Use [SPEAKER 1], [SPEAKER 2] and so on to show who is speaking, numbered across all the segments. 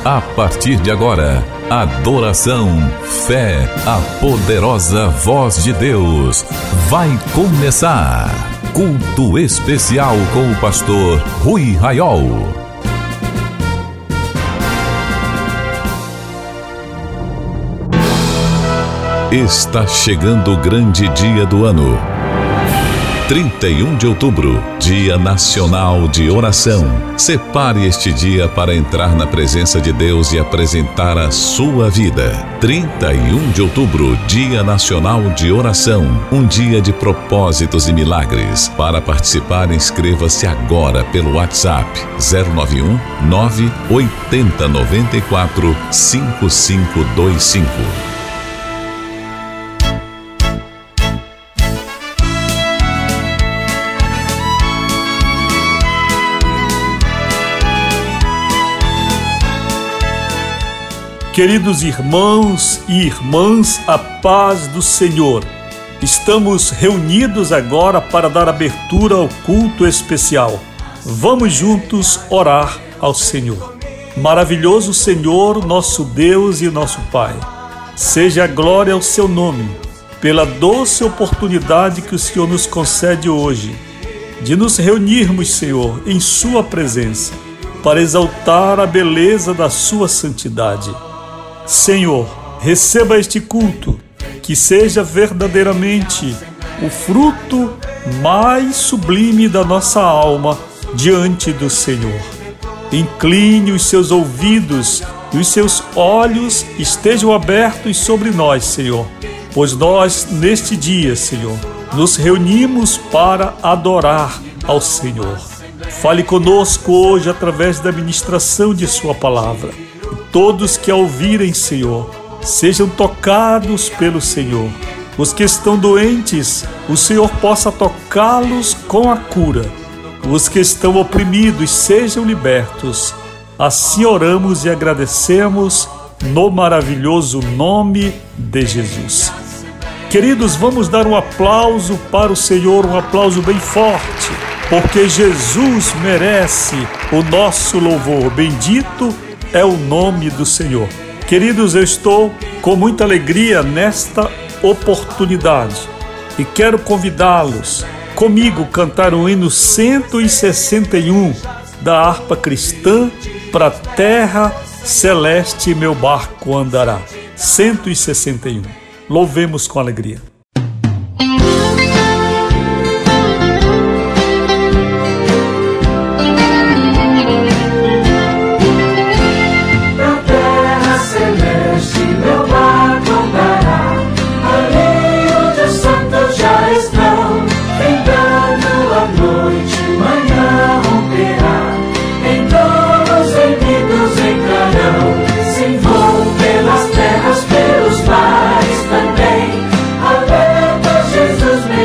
[SPEAKER 1] A partir de agora, adoração, fé, a poderosa voz de Deus. Vai começar. Culto especial com o pastor Rui Raiol. Está chegando o grande dia do ano. 31 de outubro, Dia Nacional de Oração. Separe este dia para entrar na presença de Deus e apresentar a sua vida. 31 de outubro, Dia Nacional de Oração. Um dia de propósitos e milagres. Para participar, inscreva-se agora pelo WhatsApp 091 980 94 5525.
[SPEAKER 2] Queridos irmãos e irmãs, a paz do Senhor. Estamos reunidos agora para dar abertura ao culto especial. Vamos juntos orar ao Senhor. Maravilhoso Senhor, nosso Deus e nosso Pai. Seja a glória ao seu nome, pela doce oportunidade que o Senhor nos concede hoje, de nos reunirmos, Senhor, em sua presença, para exaltar a beleza da sua santidade. Senhor, receba este culto, que seja verdadeiramente o fruto mais sublime da nossa alma diante do Senhor. Incline os seus ouvidos e os seus olhos estejam abertos sobre nós, Senhor, pois nós, neste dia, Senhor, nos reunimos para adorar ao Senhor. Fale conosco hoje através da ministração de sua palavra. Todos que a ouvirem, Senhor, sejam tocados pelo Senhor. Os que estão doentes, o Senhor possa tocá-los com a cura. Os que estão oprimidos, sejam libertos. Assim oramos e agradecemos no maravilhoso nome de Jesus. Queridos, vamos dar um aplauso para o Senhor, um aplauso bem forte, porque Jesus merece o nosso louvor. Bendito é o nome do Senhor. Queridos, eu estou com muita alegria nesta oportunidade e quero convidá-los comigo cantar o hino 161 da harpa cristã. Pra terra celeste meu barco andará. 161. Louvemos com alegria.
[SPEAKER 3] Pelos mares também, alerta Jesus me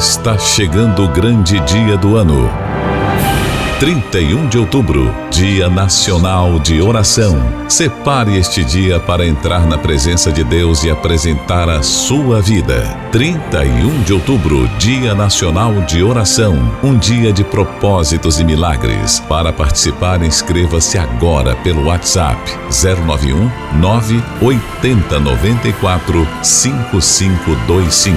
[SPEAKER 1] Está chegando o grande dia do ano. 31 de outubro, Dia Nacional de Oração. Separe este dia para entrar na presença de Deus e apresentar a sua vida. 31 de outubro, Dia Nacional de Oração. Um dia de propósitos e milagres. Para participar, inscreva-se agora pelo WhatsApp 091 980 94 5525.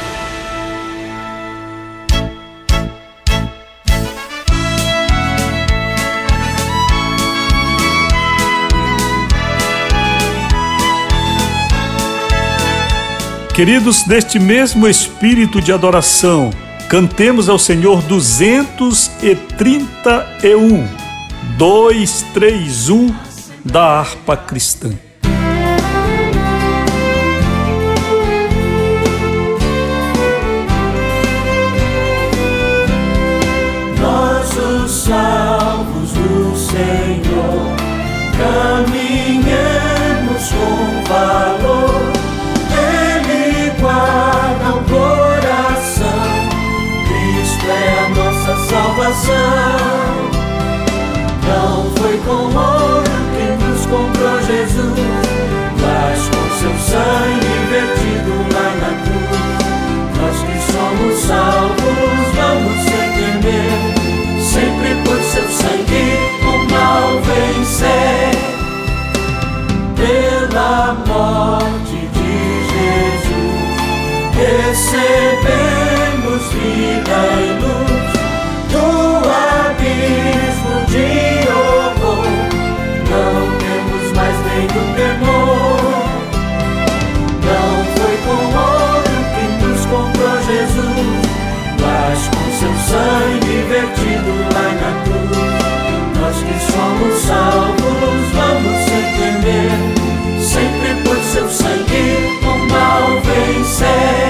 [SPEAKER 2] Queridos, neste mesmo espírito de adoração, cantemos ao Senhor 231, 231 da harpa cristã.
[SPEAKER 3] Nós, os salvos do Senhor, caminhamos com valor. Guarda o coração, Cristo é a nossa salvação. Não foi com ouro que nos comprou Jesus, mas com seu sangue vertido lá na cruz. Nós que somos salvos vamos sem temer, sempre por seu sangue o mal vencer. Pela morte de Jesus recebemos vida e luz do abismo de horror. Não temos mais nenhum temor. Não foi com ouro que nos comprou Jesus, mas com seu sangue vertido lá na cruz. Nós que somos salvos vamos sem temer, sempre por seu sangue o mal vencer.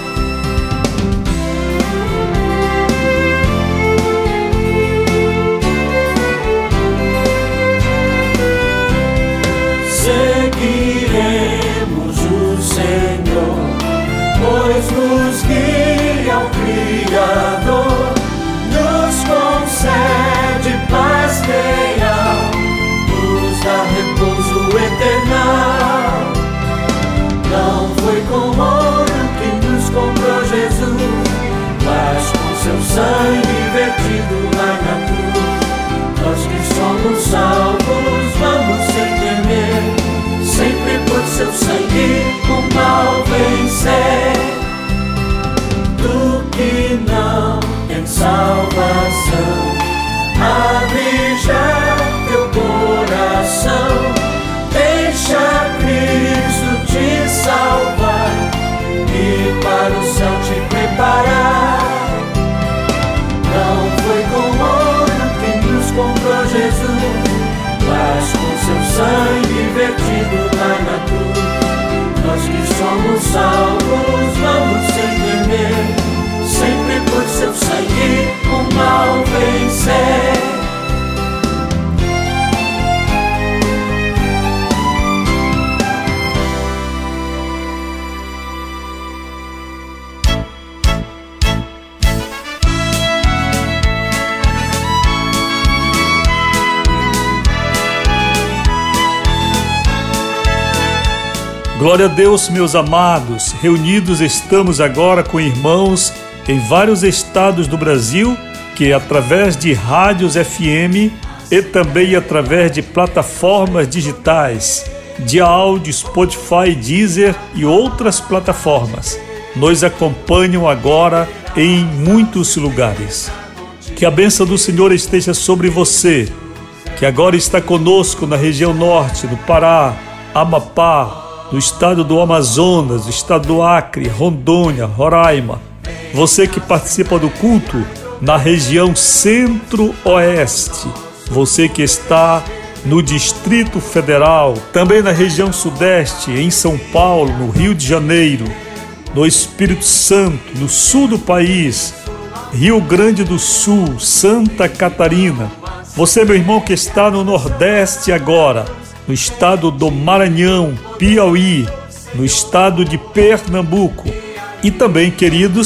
[SPEAKER 3] Seguiremos o Senhor, pois nos guia o Criador, nos concede paz real, nos dá repouso eternal. Não foi com ouro que nos comprou Jesus, mas com seu sangue vertido lá na cruz. Nós que somos salvos vamos sem temer, sempre por seu sangue o mal vencer. Tu que não tens salvação, abre já teu coração, deixa Cristo te salvar e para o céu te preparar. Não foi com ouro que nos comprou Jesus, mas com seu sangue vertido lá na cruz. Nós que somos salvos vamos sem temer, sempre por seu sangue o mal vencer.
[SPEAKER 2] Glória a Deus, meus amados. Reunidos estamos agora com irmãos em vários estados do Brasil que, através de rádios FM e também através de plataformas digitais, de áudio, Spotify, Deezer e outras plataformas, nos acompanham agora em muitos lugares. Que a bênção do Senhor esteja sobre você, que agora está conosco na região norte do Pará, Amapá, do estado do Amazonas, do estado do Acre, Rondônia, Roraima. Você que participa do culto na região centro-oeste. Você que está no Distrito Federal, também na região sudeste, em São Paulo, no Rio de Janeiro, no Espírito Santo, no sul do país, Rio Grande do Sul, Santa Catarina. Você, meu irmão, que está no Nordeste agora, no estado do Maranhão, Piauí, no estado de Pernambuco. E também, queridos,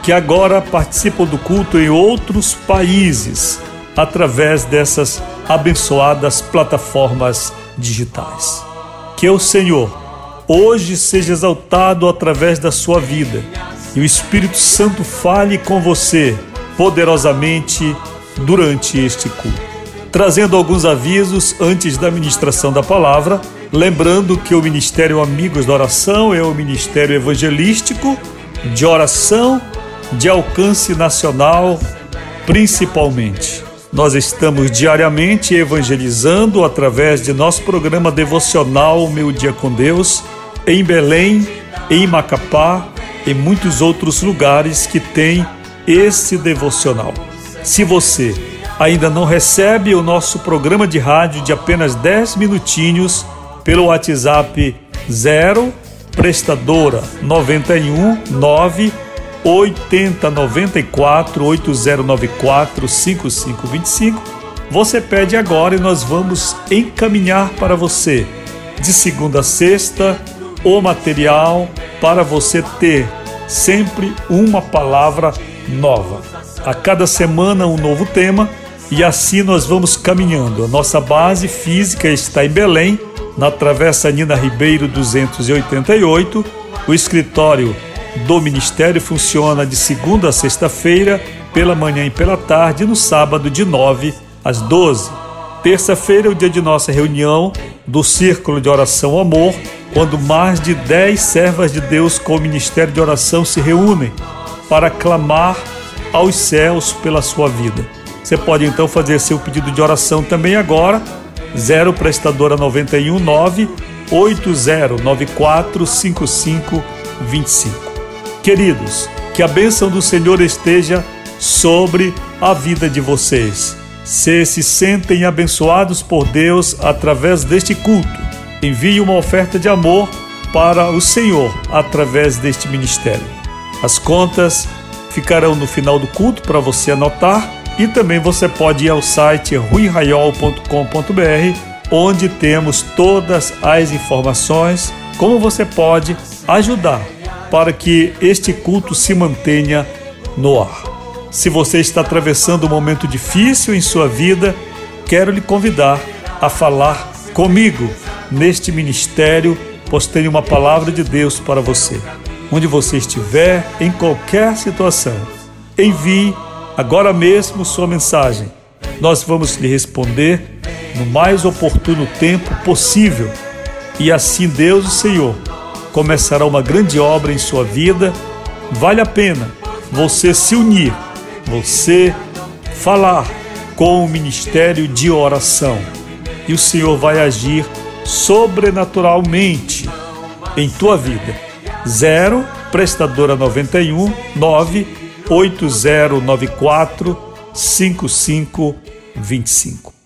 [SPEAKER 2] que agora participam do culto em outros países, através dessas abençoadas plataformas digitais. Que o Senhor hoje seja exaltado através da sua vida e o Espírito Santo fale com você poderosamente durante este culto. Trazendo alguns avisos antes da ministração da palavra, lembrando que o Ministério Amigos da Oração é o ministério evangelístico de oração de alcance nacional, principalmente. Nós estamos diariamente evangelizando através de nosso programa devocional Meu Dia com Deus, em Belém, em Macapá, e muitos outros lugares que tem esse devocional. Se você ainda não recebe o nosso programa de rádio de apenas 10 minutinhos pelo WhatsApp 0 prestadora 91 9 8094 8094 5525, você pede agora e nós vamos encaminhar para você de segunda a sexta o material para você ter sempre uma palavra nova. A cada semana um novo tema e assim nós vamos caminhando. A nossa base física está em Belém, na Travessa Nina Ribeiro 288. O escritório do Ministério funciona de segunda a sexta-feira, pela manhã e pela tarde, e no sábado de 9 às 12. Terça-feira é o dia de nossa reunião do Círculo de Oração Amor, quando mais de 10 servas de Deus com o Ministério de Oração se reúnem para clamar aos céus pela sua vida. Você pode então fazer seu pedido de oração também agora, 0 prestadora 91 9 8094 5525. Queridos, que a bênção do Senhor esteja sobre a vida de vocês. Se sentem abençoados por Deus através deste culto, envie uma oferta de amor para o Senhor através deste ministério. As contas ficarão no final do culto para você anotar e também você pode ir ao site ruiraiol.com.br, onde temos todas as informações, como você pode ajudar para que este culto se mantenha no ar. Se você está atravessando um momento difícil em sua vida, quero lhe convidar a falar comigo neste ministério, pois tenho uma palavra de Deus para você. Onde você estiver, em qualquer situação, envie agora mesmo sua mensagem. Nós vamos lhe responder no mais oportuno tempo possível. E assim Deus, o Senhor, começará uma grande obra em sua vida. Vale a pena você se unir, você falar com o ministério de oração. E o Senhor vai agir sobrenaturalmente em tua vida. 0 prestadora 91 9 8094 5525.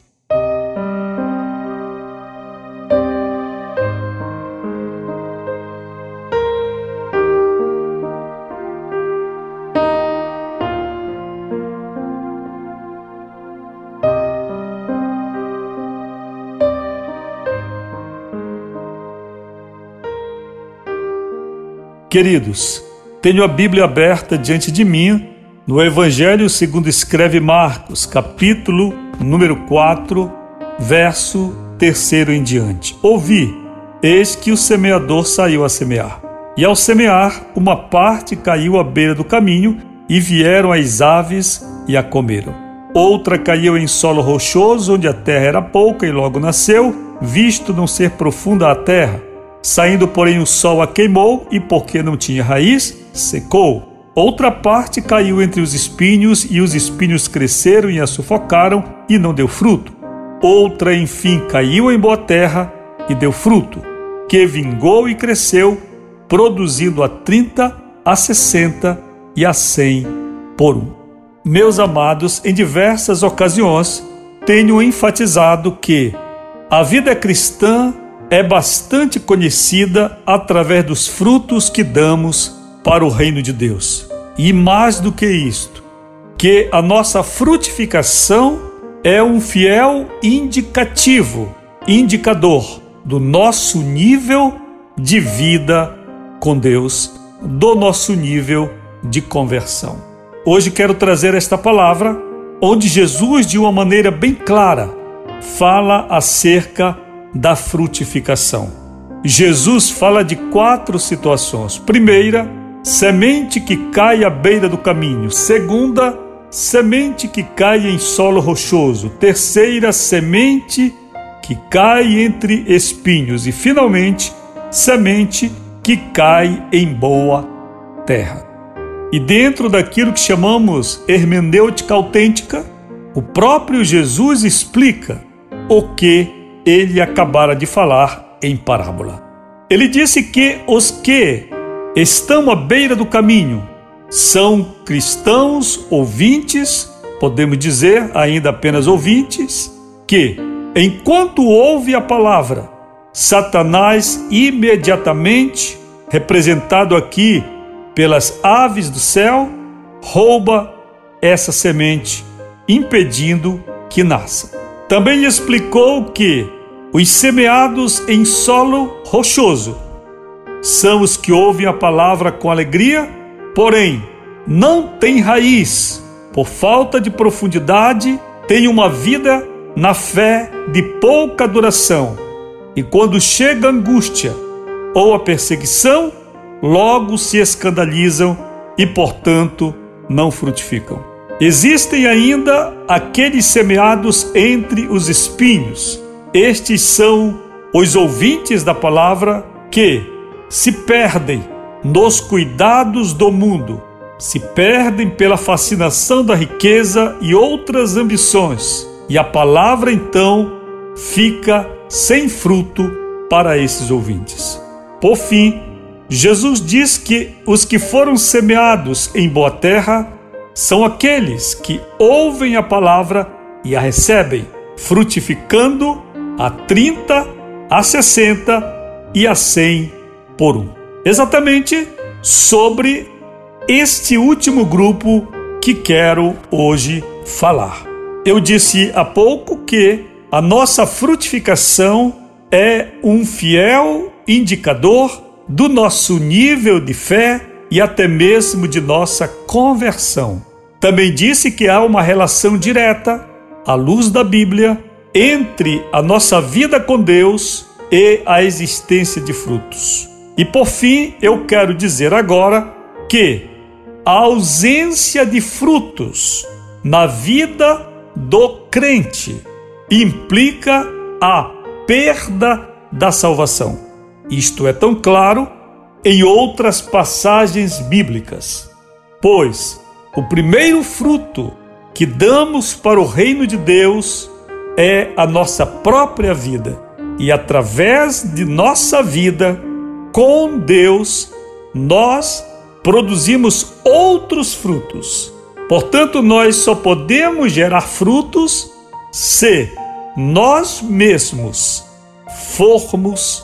[SPEAKER 2] Queridos, tenho a Bíblia aberta diante de mim no Evangelho segundo escreve Marcos, capítulo número 4, verso 3 em diante. Ouvi, eis que o semeador saiu a semear. E ao semear, uma parte caiu à beira do caminho, e vieram as aves e a comeram. Outra caiu em solo rochoso, onde a terra era pouca, e logo nasceu, visto não ser profunda a terra. Saindo, porém, o sol a queimou, e porque não tinha raiz, secou. Outra parte caiu entre os espinhos, e os espinhos cresceram e a sufocaram, e não deu fruto. Outra, enfim, caiu em boa terra, e deu fruto, que vingou e cresceu, produzindo a 30, a 60 e a 100 por um. Meus amados, em diversas ocasiões, tenho enfatizado que a vida cristã é bastante conhecida através dos frutos que damos para o reino de Deus. E mais do que isto, que a nossa frutificação é um fiel indicador do nosso nível de vida com Deus, do nosso nível de conversão. Hoje quero trazer esta palavra, onde Jesus, de uma maneira bem clara, fala acerca da frutificação. Jesus fala de 4 situações. Primeira, semente que cai à beira do caminho. Segunda, semente que cai em solo rochoso. Terceira, semente que cai entre espinhos. E, finalmente, semente que cai em boa terra. E dentro daquilo que chamamos hermenêutica autêntica, o próprio Jesus explica o que ele acabara de falar em parábola. Ele disse que os que estão à beira do caminho são cristãos ouvintes, podemos dizer ainda apenas ouvintes, que, enquanto ouve a palavra, Satanás imediatamente, representado aqui pelas aves do céu, rouba essa semente, impedindo que nasça. Também explicou que os semeados em solo rochoso são os que ouvem a palavra com alegria, porém não têm raiz, por falta de profundidade, têm uma vida na fé de pouca duração, e quando chega a angústia ou a perseguição, logo se escandalizam e, portanto, não frutificam. Existem ainda aqueles semeados entre os espinhos. Estes são os ouvintes da palavra que se perdem nos cuidados do mundo, se perdem pela fascinação da riqueza e outras ambições, e a palavra então fica sem fruto para esses ouvintes. Por fim, Jesus diz que os que foram semeados em boa terra são aqueles que ouvem a palavra e a recebem, frutificando a 30, a 60 e a 100 por um. Exatamente sobre este último grupo que quero hoje falar. Eu disse há pouco que a nossa frutificação é um fiel indicador do nosso nível de fé e até mesmo de nossa conversão. Também disse que há uma relação direta, à luz da Bíblia, entre a nossa vida com Deus e a existência de frutos. E por fim, eu quero dizer agora que a ausência de frutos na vida do crente implica a perda da salvação. Isto é tão claro em outras passagens bíblicas, pois o primeiro fruto que damos para o reino de Deus é a nossa própria vida, e através de nossa vida com Deus, nós produzimos outros frutos. Portanto, nós só podemos gerar frutos se nós mesmos formos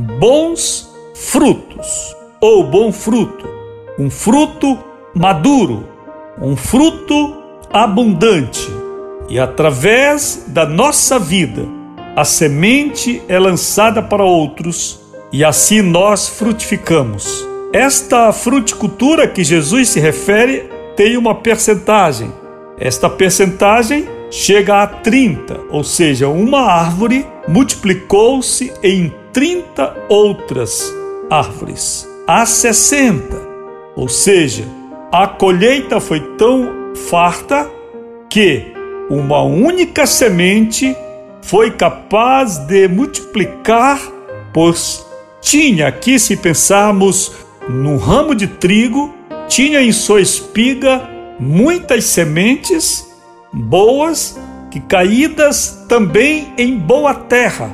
[SPEAKER 2] bons frutos, ou bom fruto, um fruto maduro, um fruto abundante. E através da nossa vida, a semente é lançada para outros, e assim nós frutificamos. Esta fruticultura que Jesus se refere tem uma percentagem. Esta percentagem chega a 30, ou seja, uma árvore multiplicou-se em 30 outras árvores. A 60, ou seja, a colheita foi tão farta que uma única semente foi capaz de multiplicar, pois tinha aqui, se pensarmos num ramo de trigo, tinha em sua espiga muitas sementes boas que, caídas também em boa terra,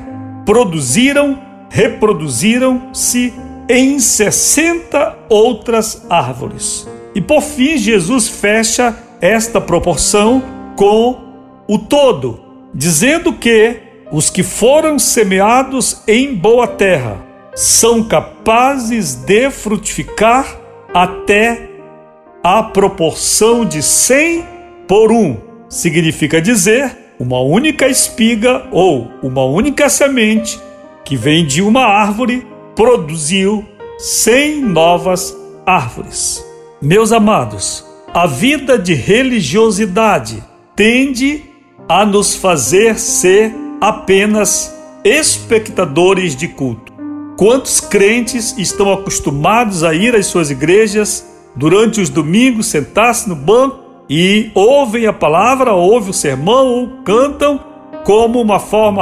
[SPEAKER 2] reproduziram-se em 60 outras árvores. E por fim, Jesus fecha esta proporção com o todo, dizendo que os que foram semeados em boa terra são capazes de frutificar até a proporção de 100 por 1. Significa dizer, uma única espiga ou uma única semente que vem de uma árvore produziu 100 novas árvores. Meus amados, a vida de religiosidade tende a nos fazer ser apenas espectadores de culto. Quantos crentes estão acostumados a ir às suas igrejas durante os domingos, sentar-se no banco e ouvem a palavra, ouvem o sermão ou cantam como uma forma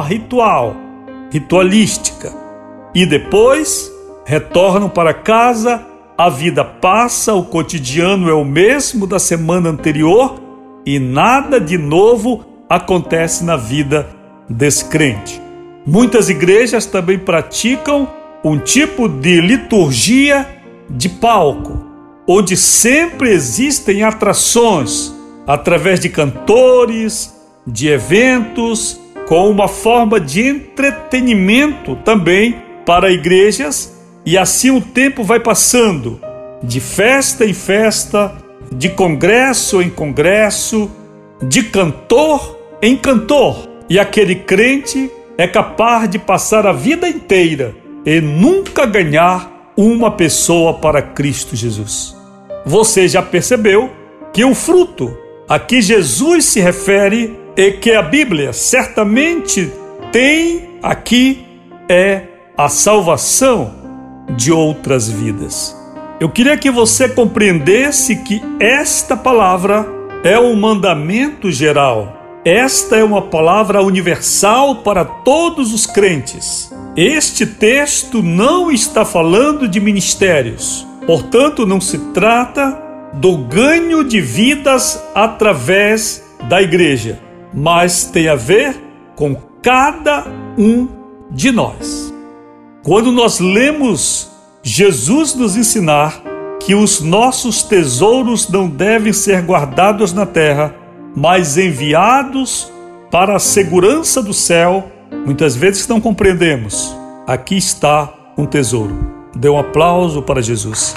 [SPEAKER 2] ritualística, e depois retornam para casa, a vida passa, o cotidiano é o mesmo da semana anterior e nada de novo acontece na vida desse crente. Muitas igrejas também praticam um tipo de liturgia de palco, onde sempre existem atrações através de cantores, de eventos, com uma forma de entretenimento também para igrejas, e assim o tempo vai passando, de festa em festa, de congresso em congresso, de cantor em cantor, e aquele crente é capaz de passar a vida inteira e nunca ganhar uma pessoa para Cristo Jesus. Você já percebeu que o fruto a que Jesus se refere e que a Bíblia certamente tem aqui é a salvação de outras vidas. Eu queria que você compreendesse que esta palavra é um mandamento geral. Esta é uma palavra universal para todos os crentes. Este texto não está falando de ministérios. Portanto, não se trata do ganho de vidas através da igreja, mas tem a ver com cada um de nós. Quando nós lemos Jesus nos ensinar que os nossos tesouros não devem ser guardados na terra, mas enviados para a segurança do céu, muitas vezes não compreendemos. Aqui está um tesouro. Dê um aplauso para Jesus.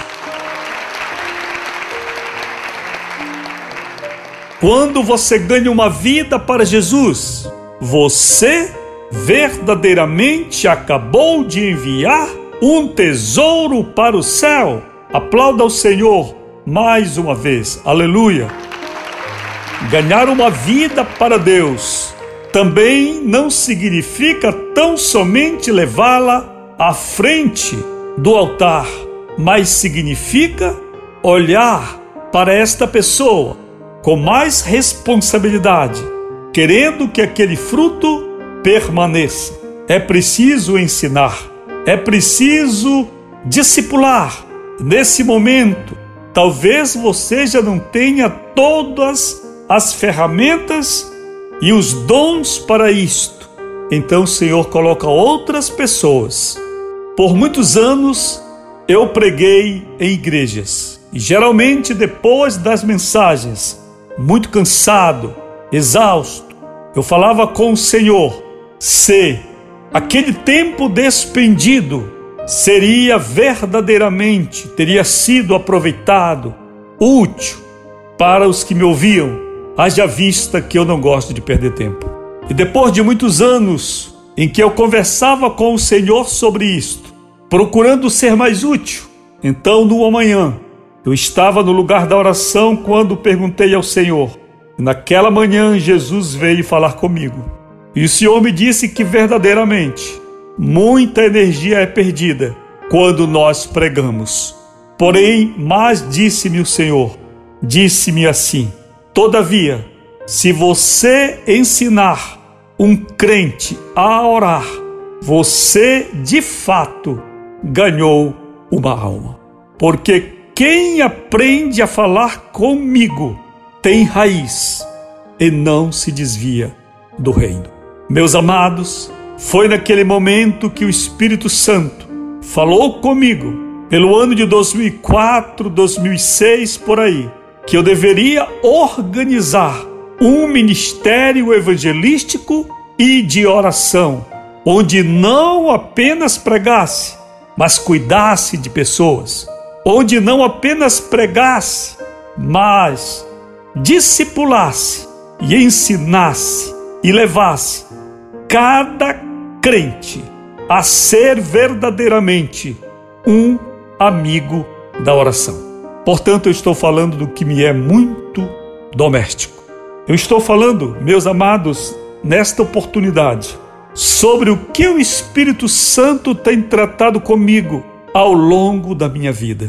[SPEAKER 2] Quando você ganha uma vida para Jesus, você verdadeiramente acabou de enviar um tesouro para o céu. Aplauda ao Senhor mais uma vez. Aleluia! Ganhar uma vida para Deus também não significa tão somente levá-la à frente do altar, mas significa olhar para esta pessoa com mais responsabilidade, querendo que aquele fruto permaneça. É preciso ensinar, é preciso discipular. Nesse momento, talvez você já não tenha todas as ferramentas e os dons para isto. Então o Senhor coloca outras pessoas. Por muitos anos eu preguei em igrejas e geralmente depois das mensagens, muito cansado, exausto, eu falava com o Senhor se aquele tempo despendido teria sido aproveitado, útil para os que me ouviam. Haja vista que eu não gosto de perder tempo. E depois de muitos anos em que eu conversava com o Senhor sobre isto, procurando ser mais útil, então numa manhã eu estava no lugar da oração quando perguntei ao Senhor. E naquela manhã Jesus veio falar comigo. E o Senhor me disse que verdadeiramente muita energia é perdida quando nós pregamos. Porém, mas disse-me o Senhor, disse-me assim: todavia, se você ensinar um crente a orar, você de fato ganhou uma alma. Porque quem aprende a falar comigo tem raiz e não se desvia do reino. Meus amados, foi naquele momento que o Espírito Santo falou comigo, pelo ano de 2004, 2006, por aí, que eu deveria organizar um ministério evangelístico e de oração, onde não apenas pregasse, mas cuidasse de pessoas, onde não apenas pregasse, mas discipulasse e ensinasse e levasse cada crente a ser verdadeiramente um amigo da oração. Portanto, eu estou falando do que me é muito doméstico. Eu estou falando, meus amados, nesta oportunidade, sobre o que o Espírito Santo tem tratado comigo ao longo da minha vida.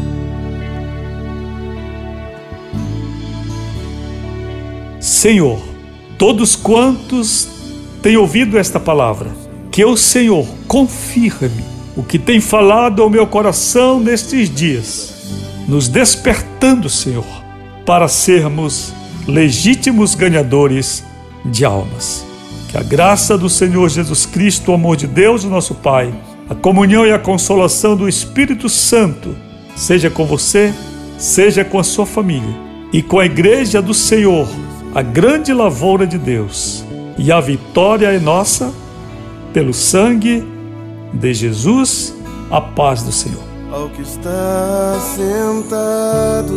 [SPEAKER 2] Senhor, todos quantos têm ouvido esta palavra, que o Senhor confirme o que tem falado ao meu coração nestes dias, nos despertando, Senhor, para sermos legítimos ganhadores de almas. Que a graça do Senhor Jesus Cristo, o amor de Deus, o nosso Pai, a comunhão e a consolação do Espírito Santo seja com você, seja com a sua família e com a igreja do Senhor, a grande lavoura de Deus. E a vitória é nossa pelo sangue de Jesus, a paz do Senhor.
[SPEAKER 4] Ao que está sentado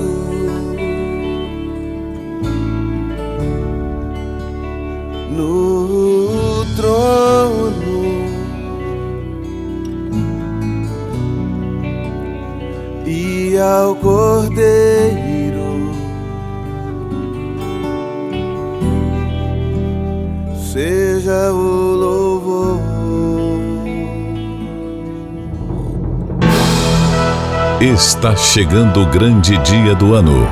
[SPEAKER 4] no trono e ao Cordeiro seja o louvor.
[SPEAKER 1] Está chegando o grande dia do ano.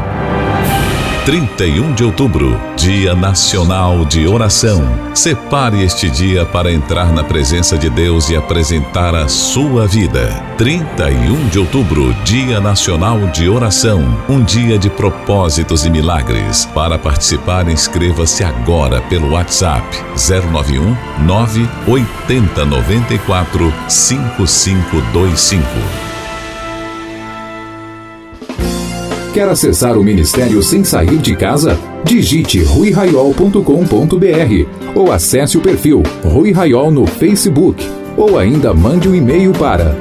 [SPEAKER 1] 31 de outubro, Dia Nacional de Oração. Separe este dia para entrar na presença de Deus e apresentar a sua vida. 31 de outubro, Dia Nacional de Oração. Um dia de propósitos e milagres. Para participar, inscreva-se agora pelo WhatsApp 091 980 94 5525.
[SPEAKER 5] Quer acessar o Ministério sem sair de casa? Digite ruiraiol.com.br ou acesse o perfil Rui Raiol no Facebook, ou ainda mande um e-mail para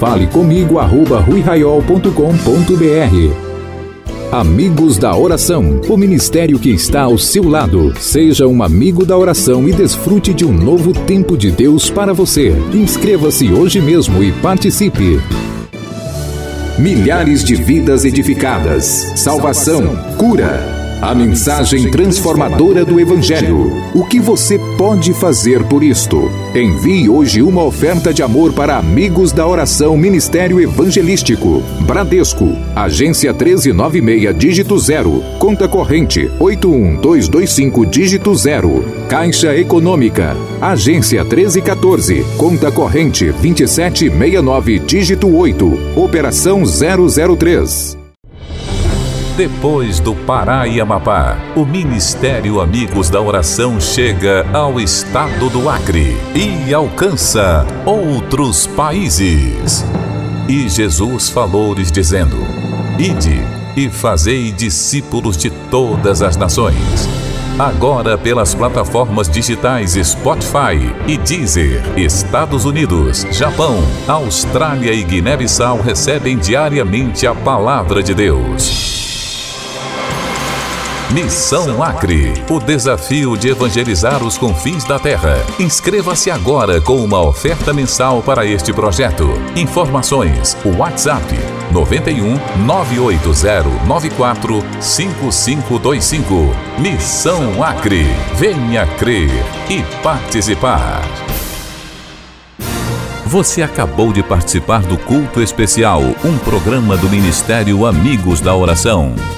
[SPEAKER 5] falecomigo@ruiraiol.com.br. Amigos da Oração, o ministério que está ao seu lado. Seja um amigo da oração e desfrute de um novo tempo de Deus para você. Inscreva-se hoje mesmo e participe. Milhares de vidas edificadas, salvação, cura. A mensagem transformadora do Evangelho. O que você pode fazer por isto? Envie hoje uma oferta de amor para Amigos da Oração Ministério Evangelístico. Bradesco, agência 1396, dígito 0. Conta corrente 81225, dígito 0. Caixa Econômica, agência 1314. Conta corrente 2769, dígito 8. Operação 003.
[SPEAKER 1] Depois do Pará e Amapá, o Ministério Amigos da Oração chega ao estado do Acre e alcança outros países. E Jesus falou-lhes dizendo: Ide e fazei discípulos de todas as nações. Agora pelas plataformas digitais Spotify e Deezer, Estados Unidos, Japão, Austrália e Guiné-Bissau recebem diariamente a Palavra de Deus. Missão Acre, o desafio de evangelizar os confins da terra. Inscreva-se agora com uma oferta mensal para este projeto. Informações: o WhatsApp 91 980 94 5525. Missão Acre. Venha crer e participar. Você acabou de participar do Culto Especial, um programa do Ministério Amigos da Oração.